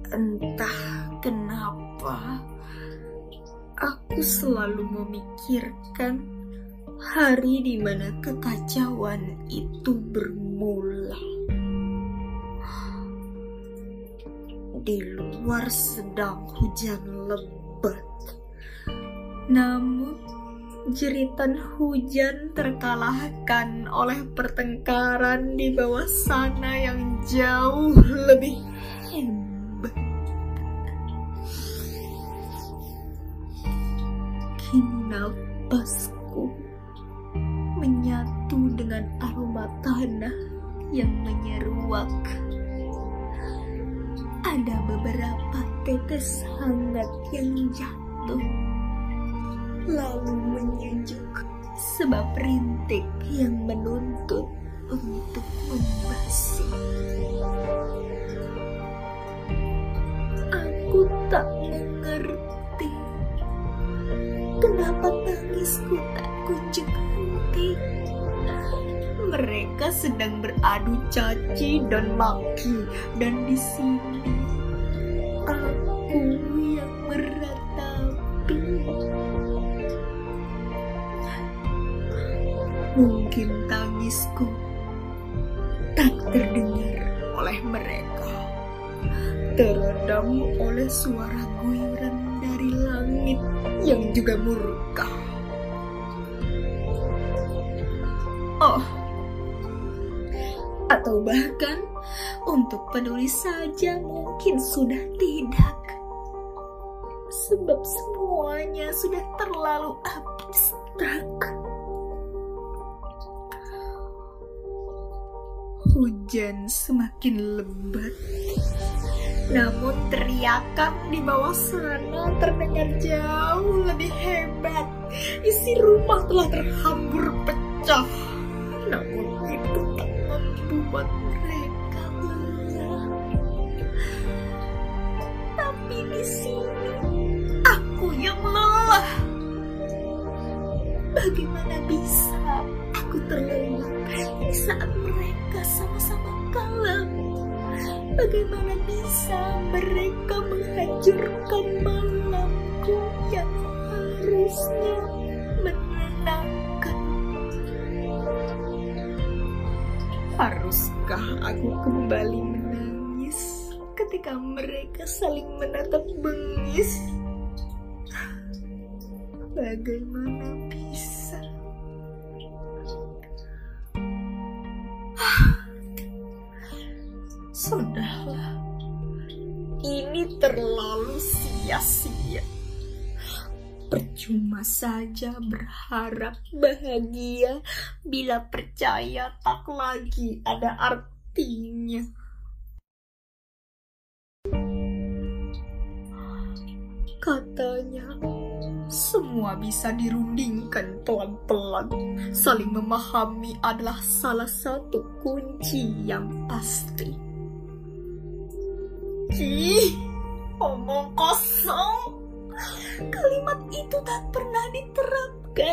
Entah kenapa aku selalu memikirkan hari di mana kekacauan itu bermula. Di luar sedang hujan lebat, namun jeritan hujan terkalahkan oleh pertengkaran di bawah sana yang jauh lebih hebat. Kini napasku menyatu dengan aroma tanah yang menyeruak. Ada beberapa tetes hangat yang jatuh, lalu menyejuk sebab rintik yang menuntut untuk membasi. Aku tak mengerti kenapa tangisku tak kunjung henti. Mereka sedang beradu caci dan maki, dan di sini aku yang meratapi. Mungkin tangisku tak terdengar oleh mereka, teredam oleh suara guyuran dari langit yang juga murka. Oh, atau bahkan untuk peduli saja mungkin sudah tidak, sebab semuanya sudah terlalu abstrak. Hujan semakin lebat, namun teriakan di bawah sana terdengar jauh lebih hebat. Isi rumah telah terhambur pecah, namun itu tak membuat mereka lelah. Tapi di sini aku yang lelah. Bagaimana bisa aku terlelap di saat mereka sama-sama kalah? Bagaimana bisa mereka menghancurkan malamku yang harusnya menenangkan? Haruskah aku kembali menangis ketika mereka saling menatap bengis? Bagaimana bisa? Sudahlah, ini terlalu sia-sia. Percuma saja berharap bahagia bila percaya tak lagi ada artinya. Katanya, semua bisa dirundingkan pelan-pelan. Saling memahami adalah salah satu kunci yang pasti. Omong kosong. Kalimat itu tak pernah diterapkan.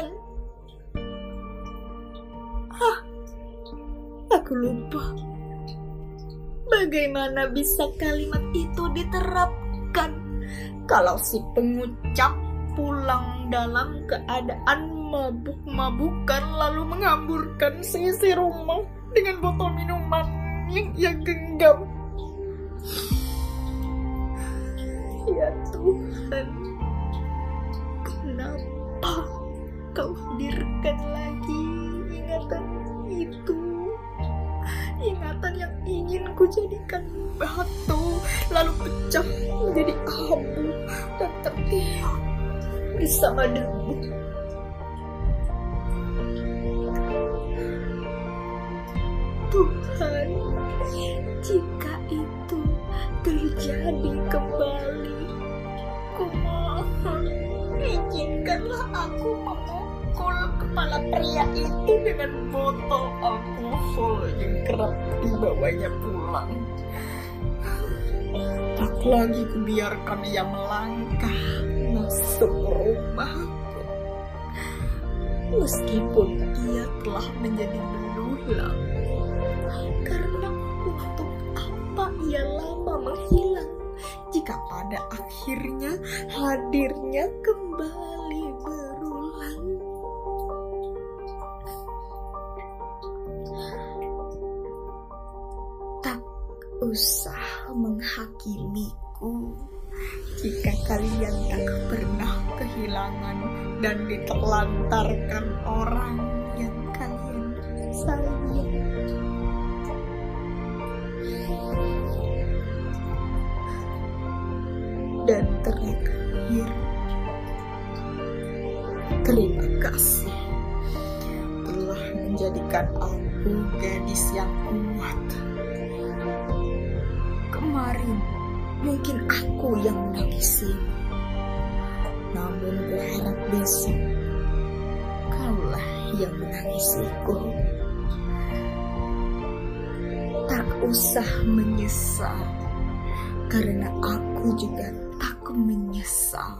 Aku lupa. Bagaimana bisa kalimat itu diterapkan kalau si pengucap pulang dalam keadaan mabuk-mabukan lalu menghamburkan seisi rumah dengan botol minuman yang ia genggam? Ya Tuhan, kenapa Kau hadirkan lagi ingatan itu? Ingatan yang ingin kujadikan batu, lalu pecah menjadi abu dan tertiup bersama debu. Tuhan, jika itu terjadi kembali, kumohon izinkanlah aku memukul kepala pria itu dengan botol alkohol yang kerap dibawanya pulang. Tak lagi kubiarkan ia melangkah masuk rumahku, meskipun ia telah menjadi belulang. Karena untuk apa ia lama menghilang jika pada akhirnya hadirnya kembali berulang. Tak usah menghakimiku jika kalian tak pernah kehilangan dan ditelantarkan orang yang kalian sayang. Dan terakhir, terima kasih telah menjadikan aku gadis yang kuat. Kemarin mungkin aku yang menangisi, namun berharap besok kaulah yang menangisiku. Tak usah menyesal, karena aku juga tak menyesal.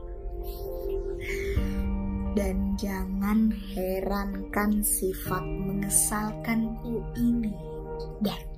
Dan jangan herankan sifat mengesalkanku ini. Dan